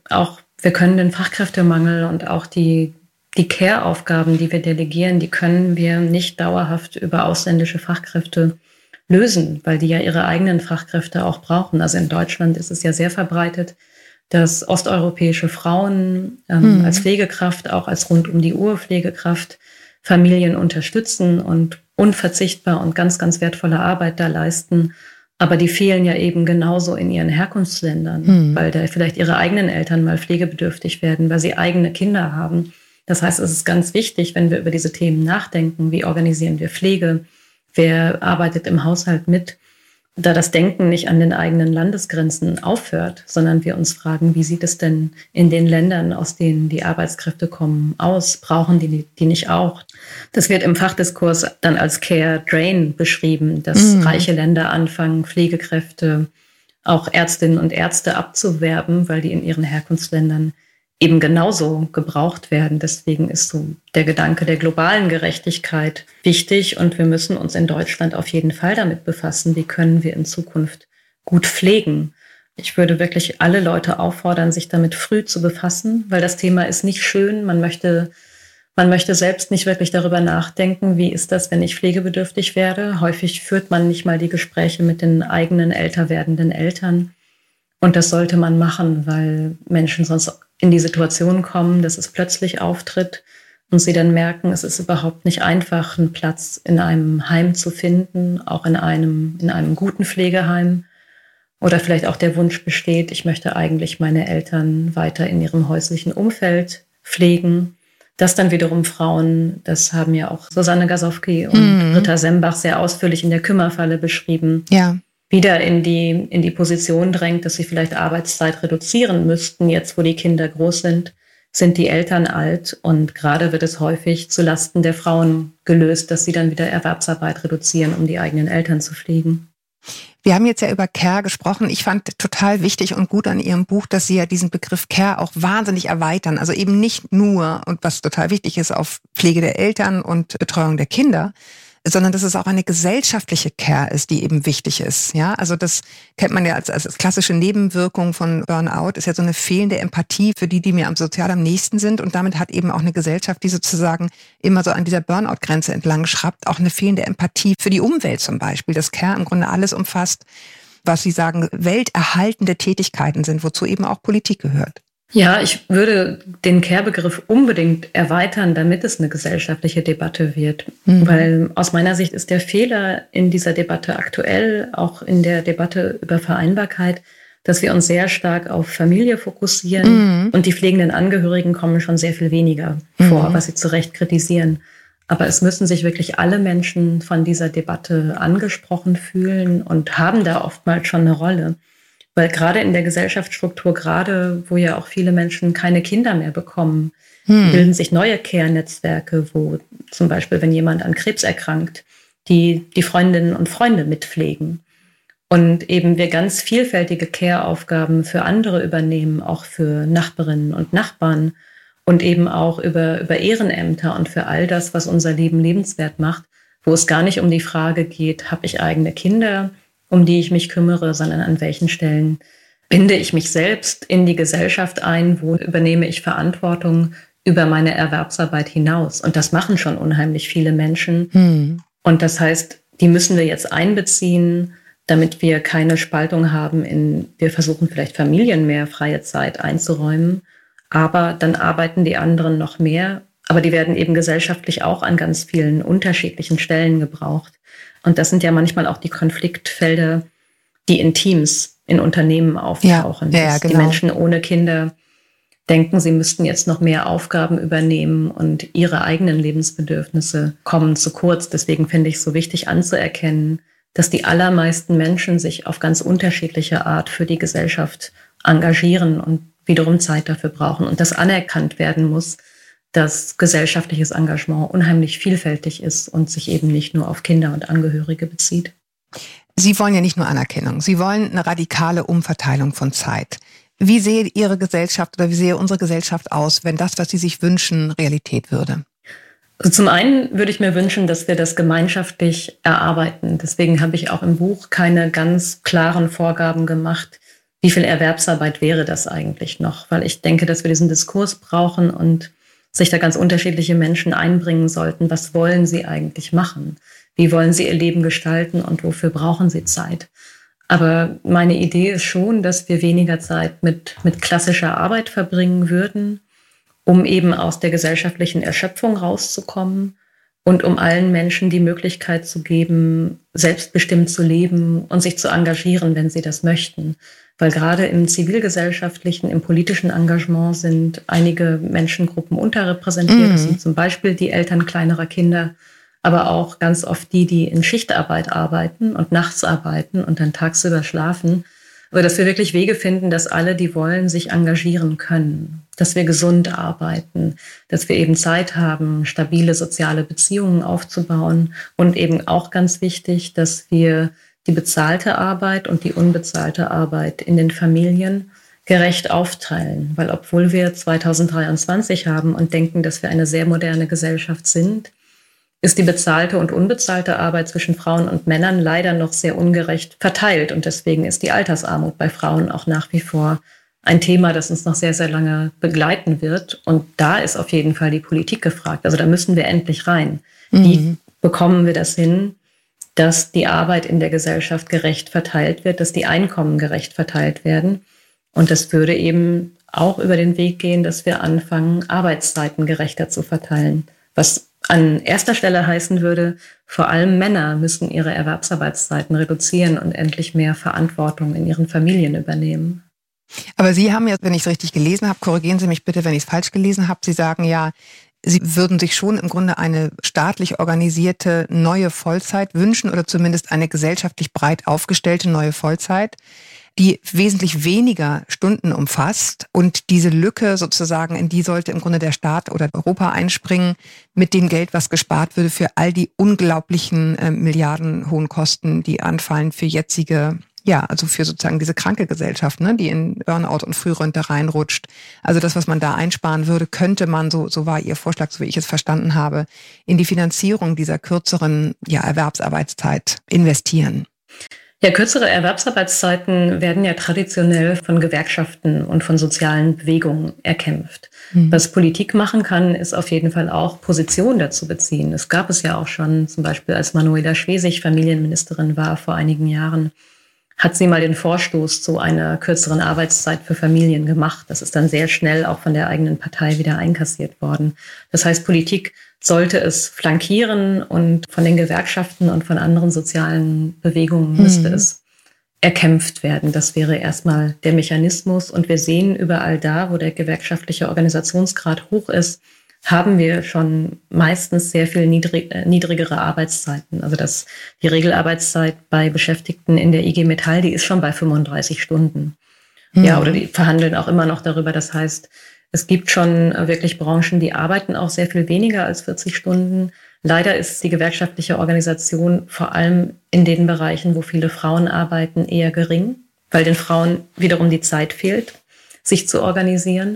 Speaker 4: den Fachkräftemangel und auch die Care-Aufgaben, die wir delegieren, die können wir nicht dauerhaft über ausländische Fachkräfte lösen, weil die ja ihre eigenen Fachkräfte auch brauchen. Also in Deutschland ist es ja sehr verbreitet, dass osteuropäische Frauen als Pflegekraft, auch als rund-um-die-Uhr-Pflegekraft Familien unterstützen und unverzichtbar und ganz, ganz wertvolle Arbeit da leisten. Aber die fehlen ja eben genauso in ihren Herkunftsländern, weil da vielleicht ihre eigenen Eltern mal pflegebedürftig werden, weil sie eigene Kinder haben. Das heißt, es ist ganz wichtig, wenn wir über diese Themen nachdenken, wie organisieren wir Pflege, wer arbeitet im Haushalt mit, da das Denken nicht an den eigenen Landesgrenzen aufhört, sondern wir uns fragen, wie sieht es denn in den Ländern, aus denen die Arbeitskräfte kommen, aus? Brauchen die nicht auch? Das wird im Fachdiskurs dann als Care Drain beschrieben, dass reiche Länder anfangen, Pflegekräfte, auch Ärztinnen und Ärzte abzuwerben, weil die in ihren Herkunftsländern eben genauso gebraucht werden. Deswegen ist so der Gedanke der globalen Gerechtigkeit wichtig und wir müssen uns in Deutschland auf jeden Fall damit befassen, wie können wir in Zukunft gut pflegen. Ich würde wirklich alle Leute auffordern, sich damit früh zu befassen, weil das Thema ist nicht schön. Man möchte selbst nicht wirklich darüber nachdenken, wie ist das, wenn ich pflegebedürftig werde. Häufig führt man nicht mal die Gespräche mit den eigenen älter werdenden Eltern. Und das sollte man machen, weil Menschen sonst in die Situation kommen, dass es plötzlich auftritt und sie dann merken, es ist überhaupt nicht einfach, einen Platz in einem Heim zu finden, auch in einem guten Pflegeheim. Oder vielleicht auch der Wunsch besteht, ich möchte eigentlich meine Eltern weiter in ihrem häuslichen Umfeld pflegen. Das dann wiederum Frauen, das haben ja auch Susanne Gasowski und Britta Sembach sehr ausführlich in der Kümmerfalle beschrieben.
Speaker 2: Ja.
Speaker 4: Wieder in die Position drängt, dass sie vielleicht Arbeitszeit reduzieren müssten. Jetzt, wo die Kinder groß sind die Eltern alt und gerade wird es häufig zulasten der Frauen gelöst, dass sie dann wieder Erwerbsarbeit reduzieren, um die eigenen Eltern zu pflegen.
Speaker 2: Wir haben jetzt ja über Care gesprochen. Ich fand total wichtig und gut an Ihrem Buch, dass Sie ja diesen Begriff Care auch wahnsinnig erweitern. Also eben nicht nur, und was total wichtig ist, auf Pflege der Eltern und Betreuung der Kinder, sondern dass es auch eine gesellschaftliche Care ist, die eben wichtig ist. Ja, also das kennt man ja als klassische Nebenwirkung von Burnout, ist ja so eine fehlende Empathie für die mir sozial am nächsten sind. Und damit hat eben auch eine Gesellschaft, die sozusagen immer so an dieser Burnout-Grenze entlang schraubt, auch eine fehlende Empathie für die Umwelt zum Beispiel. Das Care im Grunde alles umfasst, was Sie sagen, welterhaltende Tätigkeiten sind, wozu eben auch Politik gehört.
Speaker 4: Ja, ich würde den Care-Begriff unbedingt erweitern, damit es eine gesellschaftliche Debatte wird. Weil aus meiner Sicht ist der Fehler in dieser Debatte aktuell, auch in der Debatte über Vereinbarkeit, dass wir uns sehr stark auf Familie fokussieren und die pflegenden Angehörigen kommen schon sehr viel weniger vor, was Sie zu Recht kritisieren. Aber es müssen sich wirklich alle Menschen von dieser Debatte angesprochen fühlen und haben da oftmals schon eine Rolle. Weil gerade in der Gesellschaftsstruktur, gerade wo ja auch viele Menschen keine Kinder mehr bekommen, bilden sich neue Care-Netzwerke, wo zum Beispiel, wenn jemand an Krebs erkrankt, die Freundinnen und Freunde mitpflegen. Und eben wir ganz vielfältige Care-Aufgaben für andere übernehmen, auch für Nachbarinnen und Nachbarn und eben auch über Ehrenämter und für all das, was unser Leben lebenswert macht, wo es gar nicht um die Frage geht, habe ich eigene Kinder, um die ich mich kümmere, sondern an welchen Stellen binde ich mich selbst in die Gesellschaft ein, wo übernehme ich Verantwortung über meine Erwerbsarbeit hinaus. Und das machen schon unheimlich viele Menschen. Und das heißt, die müssen wir jetzt einbeziehen, damit wir keine Spaltung haben wir versuchen vielleicht Familien mehr freie Zeit einzuräumen, aber dann arbeiten die anderen noch mehr. Aber die werden eben gesellschaftlich auch an ganz vielen unterschiedlichen Stellen gebraucht. Und das sind ja manchmal auch die denken, sie müssten jetzt noch mehr Aufgaben übernehmen und ihre eigenen Lebensbedürfnisse kommen zu kurz. Deswegen finde ich es so wichtig anzuerkennen, dass die allermeisten Menschen sich auf ganz unterschiedliche Art für die Gesellschaft engagieren und wiederum Zeit dafür brauchen und dass anerkannt werden muss, dass gesellschaftliches Engagement unheimlich vielfältig ist und sich eben nicht nur auf Kinder und Angehörige bezieht.
Speaker 2: Sie wollen ja nicht nur Anerkennung, Sie wollen eine radikale Umverteilung von Zeit. Wie sähe Ihre Gesellschaft oder wie sähe unsere Gesellschaft aus, wenn das, was Sie sich wünschen, Realität würde?
Speaker 4: Also zum einen würde ich mir wünschen, dass wir das gemeinschaftlich erarbeiten. Deswegen habe ich auch im Buch keine ganz klaren Vorgaben gemacht, wie viel Erwerbsarbeit wäre das eigentlich noch? Weil ich denke, dass wir diesen Diskurs brauchen und sich da ganz unterschiedliche Menschen einbringen sollten. Was wollen sie eigentlich machen? Wie wollen sie ihr Leben gestalten und wofür brauchen sie Zeit? Aber meine Idee ist schon, dass wir weniger Zeit mit klassischer Arbeit verbringen würden, um eben aus der gesellschaftlichen Erschöpfung rauszukommen und um allen Menschen die Möglichkeit zu geben, selbstbestimmt zu leben und sich zu engagieren, wenn sie das möchten. Weil gerade im zivilgesellschaftlichen, im politischen Engagement sind einige Menschengruppen unterrepräsentiert. Das sind zum Beispiel die Eltern kleinerer Kinder, aber auch ganz oft die in Schichtarbeit arbeiten und nachts arbeiten und dann tagsüber schlafen. Aber dass wir wirklich Wege finden, dass alle, die wollen, sich engagieren können, dass wir gesund arbeiten, dass wir eben Zeit haben, stabile soziale Beziehungen aufzubauen und eben auch ganz wichtig, dass wir die bezahlte Arbeit und die unbezahlte Arbeit in den Familien gerecht aufteilen. Weil obwohl wir 2023 haben und denken, dass wir eine sehr moderne Gesellschaft sind, ist die bezahlte und unbezahlte Arbeit zwischen Frauen und Männern leider noch sehr ungerecht verteilt. Und deswegen ist die Altersarmut bei Frauen auch nach wie vor ein Thema, das uns noch sehr, sehr lange begleiten wird. Und da ist auf jeden Fall die Politik gefragt. Also da müssen wir endlich rein. Wie bekommen wir das hin, dass die Arbeit in der Gesellschaft gerecht verteilt wird, dass die Einkommen gerecht verteilt werden? Und das würde eben auch über den Weg gehen, dass wir anfangen, Arbeitszeiten gerechter zu verteilen. Was an erster Stelle heißen würde, vor allem Männer müssen ihre Erwerbsarbeitszeiten reduzieren und endlich mehr Verantwortung in ihren Familien übernehmen.
Speaker 2: Aber Sie haben ja, wenn ich es richtig gelesen habe, korrigieren Sie mich bitte, wenn ich es falsch gelesen habe, Sie sagen ja, Sie würden sich schon im Grunde eine staatlich organisierte neue Vollzeit wünschen oder zumindest eine gesellschaftlich breit aufgestellte neue Vollzeit, die wesentlich weniger Stunden umfasst. Und diese Lücke sozusagen, in die sollte im Grunde der Staat oder Europa einspringen mit dem Geld, was gespart würde für all die unglaublichen milliardenhohen Kosten, die anfallen für jetzige, ja, also für sozusagen diese kranke Gesellschaft, ne, die in Burnout und Frührente reinrutscht. Also das, was man da einsparen würde, könnte man, so war Ihr Vorschlag, so wie ich es verstanden habe, in die Finanzierung dieser kürzeren Erwerbsarbeitszeit investieren.
Speaker 4: Ja, kürzere Erwerbsarbeitszeiten werden ja traditionell von Gewerkschaften und von sozialen Bewegungen erkämpft. Was Politik machen kann, ist auf jeden Fall auch Position dazu beziehen. Es gab es ja auch schon, zum Beispiel als Manuela Schwesig Familienministerin war vor einigen Jahren, hat sie mal den Vorstoß zu einer kürzeren Arbeitszeit für Familien gemacht. Das ist dann sehr schnell auch von der eigenen Partei wieder einkassiert worden. Das heißt, Politik sollte es flankieren und von den Gewerkschaften und von anderen sozialen Bewegungen müsste es erkämpft werden. Das wäre erstmal der Mechanismus. Und wir sehen überall da, wo der gewerkschaftliche Organisationsgrad hoch ist, haben wir schon meistens sehr viel niedrigere Arbeitszeiten. Also die Regelarbeitszeit bei Beschäftigten in der IG Metall, die ist schon bei 35 Stunden. Ja, oder die verhandeln auch immer noch darüber. Das heißt, es gibt schon wirklich Branchen, die arbeiten auch sehr viel weniger als 40 Stunden. Leider ist die gewerkschaftliche Organisation vor allem in den Bereichen, wo viele Frauen arbeiten, eher gering, weil den Frauen wiederum die Zeit fehlt, sich zu organisieren.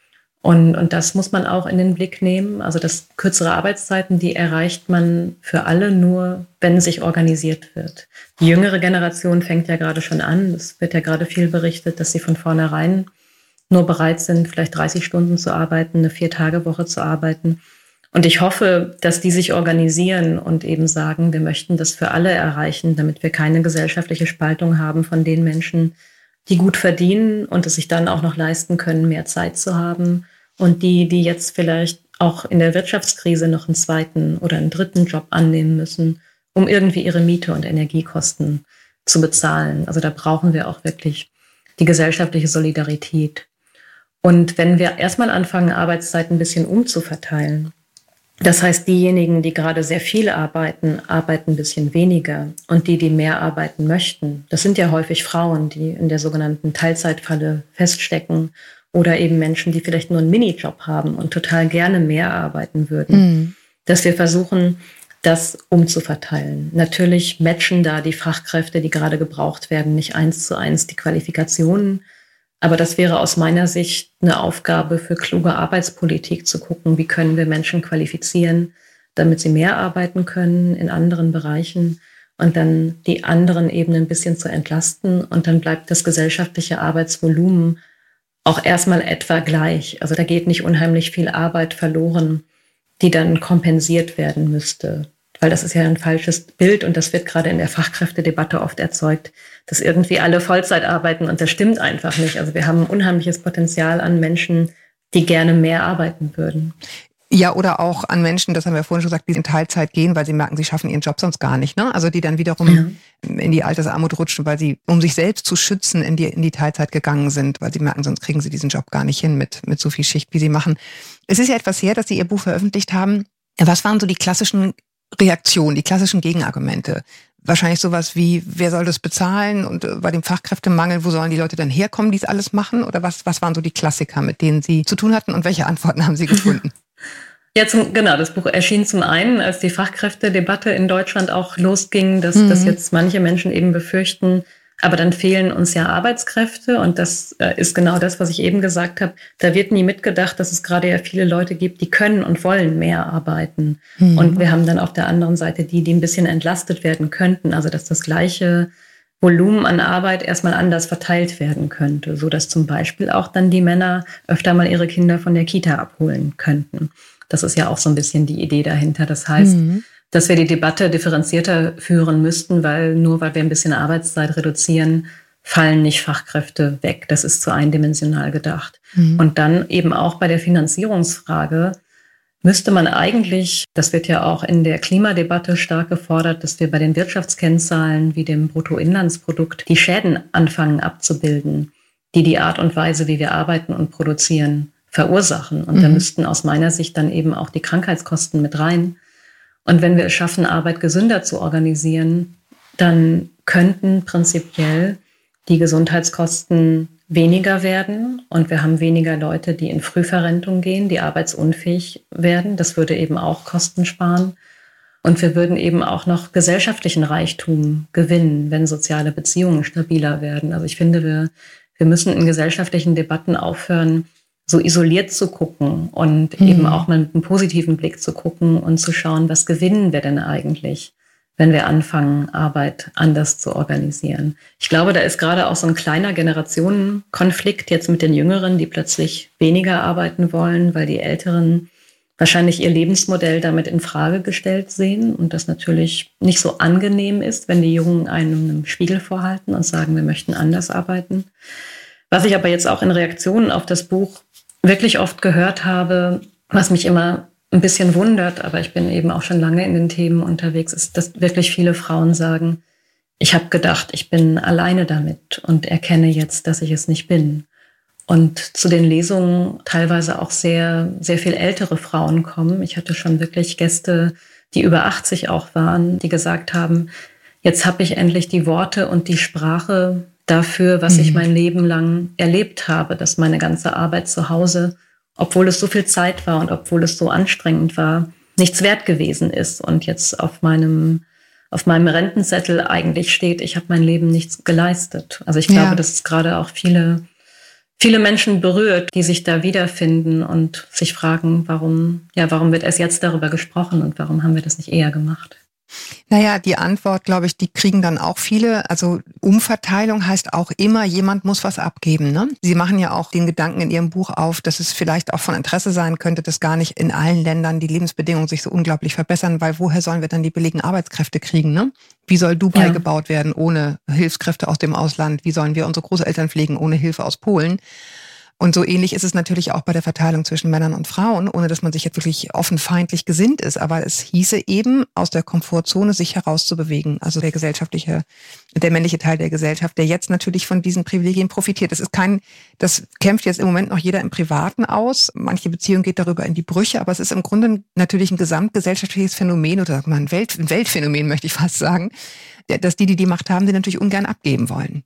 Speaker 4: Und das muss man auch in den Blick nehmen. Also das kürzere Arbeitszeiten, die erreicht man für alle nur, wenn sich organisiert wird. Die jüngere Generation fängt ja gerade schon an. Es wird ja gerade viel berichtet, dass sie von vornherein nur bereit sind, vielleicht 30 Stunden zu arbeiten, eine 4-Tage-Woche zu arbeiten. Und ich hoffe, dass die sich organisieren und eben sagen, wir möchten das für alle erreichen, damit wir keine gesellschaftliche Spaltung haben von den Menschen, die gut verdienen und es sich dann auch noch leisten können, mehr Zeit zu haben. Und die jetzt vielleicht auch in der Wirtschaftskrise noch einen zweiten oder einen dritten Job annehmen müssen, um irgendwie ihre Miete und Energiekosten zu bezahlen. Also da brauchen wir auch wirklich die gesellschaftliche Solidarität. Und wenn wir erstmal anfangen, Arbeitszeit ein bisschen umzuverteilen, das heißt, diejenigen, die gerade sehr viel arbeiten, arbeiten ein bisschen weniger. Und die mehr arbeiten möchten, das sind ja häufig Frauen, die in der sogenannten Teilzeitfalle feststecken oder eben Menschen, die vielleicht nur einen Minijob haben und total gerne mehr arbeiten würden. Dass wir versuchen, das umzuverteilen. Natürlich matchen da die Fachkräfte, die gerade gebraucht werden, nicht 1:1 die Qualifikationen. Aber das wäre aus meiner Sicht eine Aufgabe für kluge Arbeitspolitik, zu gucken, wie können wir Menschen qualifizieren, damit sie mehr arbeiten können in anderen Bereichen und dann die anderen Ebenen ein bisschen zu entlasten. Und dann bleibt das gesellschaftliche Arbeitsvolumen auch erstmal etwa gleich. Also da geht nicht unheimlich viel Arbeit verloren, die dann kompensiert werden müsste. Weil das ist ja ein falsches Bild und das wird gerade in der Fachkräftedebatte oft erzeugt, dass irgendwie alle Vollzeit arbeiten und das stimmt einfach nicht. Also wir haben ein unheimliches Potenzial an Menschen, die gerne mehr arbeiten würden.
Speaker 2: Ja, oder auch an Menschen, das haben wir vorhin schon gesagt, die in Teilzeit gehen, weil sie merken, sie schaffen ihren Job sonst gar nicht. Ne? Also die dann wiederum in die Altersarmut rutschen, weil sie, um sich selbst zu schützen, in die Teilzeit gegangen sind, weil sie merken, sonst kriegen sie diesen Job gar nicht hin mit so viel Schicht, wie sie machen. Es ist ja etwas her, dass Sie Ihr Buch veröffentlicht haben. Was waren so die klassischen Reaktionen, die klassischen Gegenargumente? Wahrscheinlich sowas wie, wer soll das bezahlen? Und bei dem Fachkräftemangel, wo sollen die Leute dann herkommen, die es alles machen? Oder was waren so die Klassiker, mit denen Sie zu tun hatten und welche Antworten haben Sie gefunden?
Speaker 4: Ja, genau, das Buch erschien zum einen, als die Fachkräftedebatte in Deutschland auch losging, dass jetzt manche Menschen eben befürchten, aber dann fehlen uns ja Arbeitskräfte und das ist genau das, was ich eben gesagt habe. Da wird nie mitgedacht, dass es gerade ja viele Leute gibt, die können und wollen mehr arbeiten. Und wir haben dann auf der anderen Seite die ein bisschen entlastet werden könnten, also dass das gleiche Volumen an Arbeit erstmal anders verteilt werden könnte, so dass zum Beispiel auch dann die Männer öfter mal ihre Kinder von der Kita abholen könnten. Das ist ja auch so ein bisschen die Idee dahinter. Das heißt, dass wir die Debatte differenzierter führen müssten, weil wir ein bisschen Arbeitszeit reduzieren, fallen nicht Fachkräfte weg. Das ist zu eindimensional gedacht. Und dann eben auch bei der Finanzierungsfrage müsste man eigentlich, das wird ja auch in der Klimadebatte stark gefordert, dass wir bei den Wirtschaftskennzahlen wie dem Bruttoinlandsprodukt die Schäden anfangen abzubilden, die Art und Weise, wie wir arbeiten und produzieren, verursachen. Und da müssten aus meiner Sicht dann eben auch die Krankheitskosten mit rein. Und wenn wir es schaffen, Arbeit gesünder zu organisieren, dann könnten prinzipiell die Gesundheitskosten weniger werden und wir haben weniger Leute, die in Frühverrentung gehen, die arbeitsunfähig werden. Das würde eben auch Kosten sparen. Und wir würden eben auch noch gesellschaftlichen Reichtum gewinnen, wenn soziale Beziehungen stabiler werden. Also ich finde, wir müssen in gesellschaftlichen Debatten aufhören, so isoliert zu gucken und eben auch mal mit einem positiven Blick zu gucken und zu schauen, was gewinnen wir denn eigentlich, wenn wir anfangen, Arbeit anders zu organisieren. Ich glaube, da ist gerade auch so ein kleiner Generationenkonflikt jetzt mit den Jüngeren, die plötzlich weniger arbeiten wollen, weil die Älteren wahrscheinlich ihr Lebensmodell damit in Frage gestellt sehen und das natürlich nicht so angenehm ist, wenn die Jungen einem Spiegel vorhalten und sagen, wir möchten anders arbeiten. Was ich aber jetzt auch in Reaktionen auf das Buch wirklich oft gehört habe, was mich immer ein bisschen wundert, aber ich bin eben auch schon lange in den Themen unterwegs, ist, dass wirklich viele Frauen sagen, ich habe gedacht, ich bin alleine damit und erkenne jetzt, dass ich es nicht bin. Und zu den Lesungen teilweise auch sehr, sehr viel ältere Frauen kommen. Ich hatte schon wirklich Gäste, die über 80 auch waren, die gesagt haben, jetzt habe ich endlich die Worte und die Sprache dafür, was ich mein Leben lang erlebt habe, dass meine ganze Arbeit zu Hause, obwohl es so viel Zeit war und obwohl es so anstrengend war, nichts wert gewesen ist. Und jetzt auf meinem Rentenzettel eigentlich steht, ich habe mein Leben nichts geleistet. Also ich glaube, dass es gerade auch viele Menschen berührt, die sich da wiederfinden und sich fragen, warum wird erst jetzt darüber gesprochen und warum haben wir das nicht eher gemacht?
Speaker 2: Naja, die Antwort, glaube ich, die kriegen dann auch viele. Also Umverteilung heißt auch immer, jemand muss was abgeben. Ne? Sie machen ja auch den Gedanken in Ihrem Buch auf, dass es vielleicht auch von Interesse sein könnte, dass gar nicht in allen Ländern die Lebensbedingungen sich so unglaublich verbessern, weil woher sollen wir dann die billigen Arbeitskräfte kriegen? Ne? Wie soll Dubai gebaut werden ohne Hilfskräfte aus dem Ausland? Wie sollen wir unsere Großeltern pflegen ohne Hilfe aus Polen? Und so ähnlich ist es natürlich auch bei der Verteilung zwischen Männern und Frauen, ohne dass man sich jetzt wirklich offen feindlich gesinnt ist. Aber es hieße eben, aus der Komfortzone sich herauszubewegen. Also der männliche Teil der Gesellschaft, der jetzt natürlich von diesen Privilegien profitiert. Das kämpft jetzt im Moment noch jeder im Privaten aus. Manche Beziehung geht darüber in die Brüche, aber es ist im Grunde natürlich ein gesamtgesellschaftliches Phänomen oder ein Weltphänomen, möchte ich fast sagen, dass die Macht haben, die natürlich ungern abgeben wollen.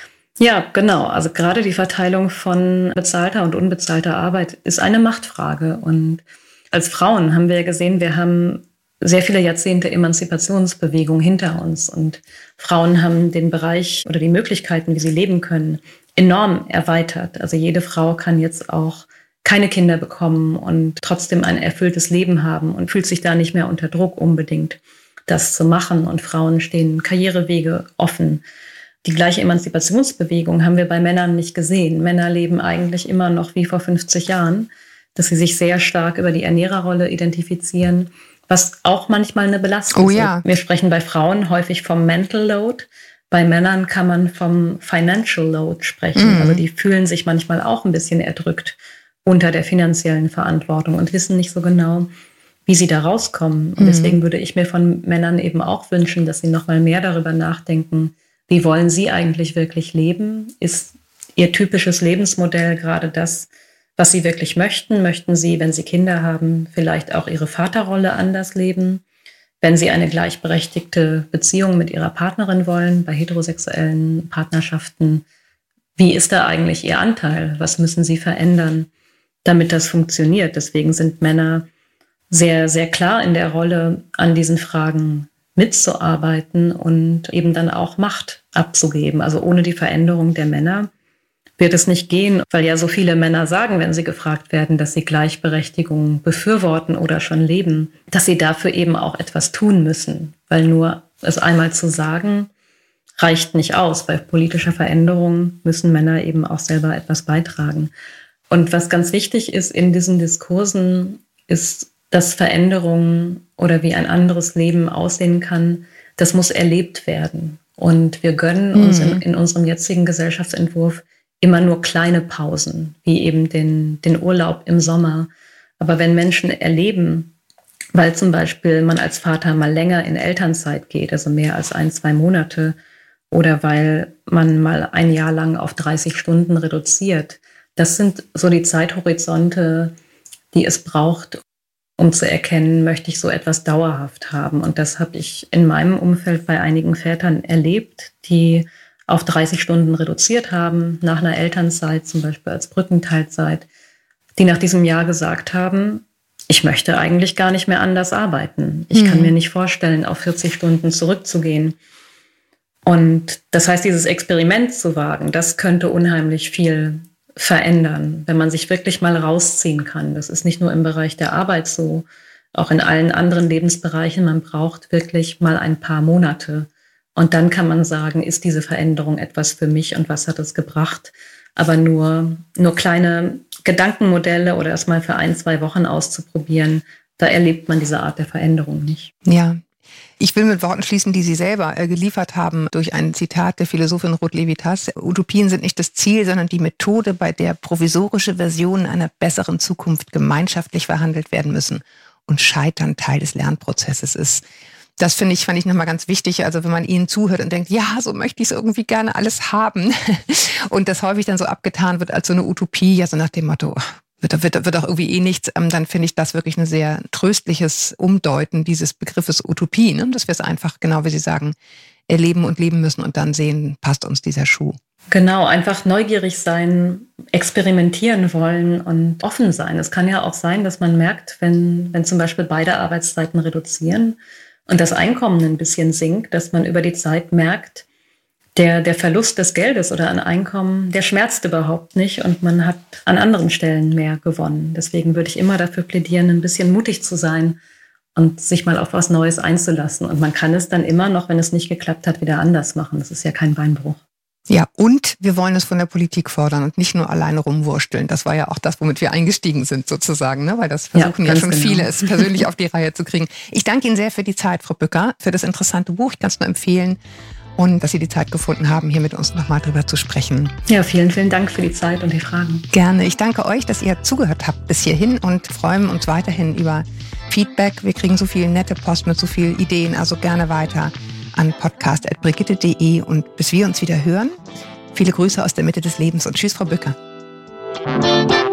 Speaker 4: Ja, genau. Also gerade die Verteilung von bezahlter und unbezahlter Arbeit ist eine Machtfrage. Und als Frauen haben wir ja gesehen, wir haben sehr viele Jahrzehnte Emanzipationsbewegung hinter uns. Und Frauen haben den Bereich oder die Möglichkeiten, wie sie leben können, enorm erweitert. Also jede Frau kann jetzt auch keine Kinder bekommen und trotzdem ein erfülltes Leben haben und fühlt sich da nicht mehr unter Druck unbedingt, das zu machen. Und Frauen stehen Karrierewege offen. Die gleiche Emanzipationsbewegung haben wir bei Männern nicht gesehen. Männer leben eigentlich immer noch wie vor 50 Jahren, dass sie sich sehr stark über die Ernährerrolle identifizieren, was auch manchmal eine Belastung ist.
Speaker 2: Ja.
Speaker 4: Wir sprechen bei Frauen häufig vom Mental Load. Bei Männern kann man vom Financial Load sprechen. Also die fühlen sich manchmal auch ein bisschen erdrückt unter der finanziellen Verantwortung und wissen nicht so genau, wie sie da rauskommen. Und deswegen würde ich mir von Männern eben auch wünschen, dass sie noch mal mehr darüber nachdenken, wie wollen Sie eigentlich wirklich leben? Ist Ihr typisches Lebensmodell gerade das, was Sie wirklich möchten? Möchten Sie, wenn Sie Kinder haben, vielleicht auch Ihre Vaterrolle anders leben? Wenn Sie eine gleichberechtigte Beziehung mit Ihrer Partnerin wollen, bei heterosexuellen Partnerschaften, wie ist da eigentlich Ihr Anteil? Was müssen Sie verändern, damit das funktioniert? Deswegen sind Männer sehr, sehr klar in der Rolle, an diesen Fragen mitzuarbeiten und eben dann auch Macht abzugeben. Also ohne die Veränderung der Männer wird es nicht gehen, weil ja so viele Männer sagen, wenn sie gefragt werden, dass sie Gleichberechtigung befürworten oder schon leben, dass sie dafür eben auch etwas tun müssen. Weil nur es einmal zu sagen, reicht nicht aus. Bei politischer Veränderung müssen Männer eben auch selber etwas beitragen. Und was ganz wichtig ist in diesen Diskursen, ist, dass Veränderung oder wie ein anderes Leben aussehen kann, das muss erlebt werden. Und wir gönnen uns in unserem jetzigen Gesellschaftsentwurf immer nur kleine Pausen, wie eben den Urlaub im Sommer. Aber wenn Menschen erleben, weil zum Beispiel man als Vater mal länger in Elternzeit geht, also mehr als 1-2 Monate, oder weil man mal ein Jahr lang auf 30 Stunden reduziert, das sind so die Zeithorizonte, die es braucht, um zu erkennen, möchte ich so etwas dauerhaft haben. Und das habe ich in meinem Umfeld bei einigen Vätern erlebt, die auf 30 Stunden reduziert haben, nach einer Elternzeit, zum Beispiel als Brückenteilzeit, die nach diesem Jahr gesagt haben, ich möchte eigentlich gar nicht mehr anders arbeiten. Ich kann mir nicht vorstellen, auf 40 Stunden zurückzugehen. Und das heißt, dieses Experiment zu wagen, das könnte unheimlich viel verändern, wenn man sich wirklich mal rausziehen kann. Das ist nicht nur im Bereich der Arbeit so, auch in allen anderen Lebensbereichen. Man braucht wirklich mal ein paar Monate. Und dann kann man sagen, ist diese Veränderung etwas für mich und was hat es gebracht? Aber nur kleine Gedankenmodelle oder erst mal für 1-2 Wochen auszuprobieren, da erlebt man diese Art der Veränderung nicht.
Speaker 2: Ja. Ich will mit Worten schließen, die Sie selber geliefert haben durch ein Zitat der Philosophin Ruth Levitas. Utopien sind nicht das Ziel, sondern die Methode, bei der provisorische Versionen einer besseren Zukunft gemeinschaftlich verhandelt werden müssen und Scheitern Teil des Lernprozesses ist. Das fand ich nochmal ganz wichtig. Also wenn man Ihnen zuhört und denkt, ja, so möchte ich es irgendwie gerne alles haben und das häufig dann so abgetan wird als so eine Utopie, ja so nach dem Motto, wird auch irgendwie eh nichts, dann finde ich das wirklich ein sehr tröstliches Umdeuten dieses Begriffes Utopie, ne? Dass wir es einfach, genau wie Sie sagen, erleben und leben müssen und dann sehen, passt uns dieser Schuh.
Speaker 4: Genau, einfach neugierig sein, experimentieren wollen und offen sein. Es kann ja auch sein, dass man merkt, wenn zum Beispiel beide Arbeitszeiten reduzieren und das Einkommen ein bisschen sinkt, dass man über die Zeit merkt, der Verlust des Geldes oder an Einkommen, der schmerzt überhaupt nicht und man hat an anderen Stellen mehr gewonnen. Deswegen würde ich immer dafür plädieren, ein bisschen mutig zu sein und sich mal auf was Neues einzulassen. Und man kann es dann immer noch, wenn es nicht geklappt hat, wieder anders machen. Das ist ja kein Beinbruch.
Speaker 2: Ja, und wir wollen es von der Politik fordern und nicht nur alleine rumwursteln. Das war ja auch das, womit wir eingestiegen sind sozusagen, ne? Weil das versuchen ja schon viele, es persönlich auf die Reihe zu kriegen. Ich danke Ihnen sehr für die Zeit, Frau Bücker, für das interessante Buch. Ich kann es nur empfehlen. und dass Sie die Zeit gefunden haben, hier mit uns nochmal drüber zu sprechen.
Speaker 4: Ja, vielen, vielen Dank für die Zeit und die Fragen.
Speaker 2: Gerne. Ich danke euch, dass ihr zugehört habt bis hierhin und freuen uns weiterhin über Feedback. Wir kriegen so viel nette Post mit so vielen Ideen, also gerne weiter an podcast@brigitte.de und bis wir uns wieder hören. Viele Grüße aus der Mitte des Lebens und tschüss, Frau Bücker.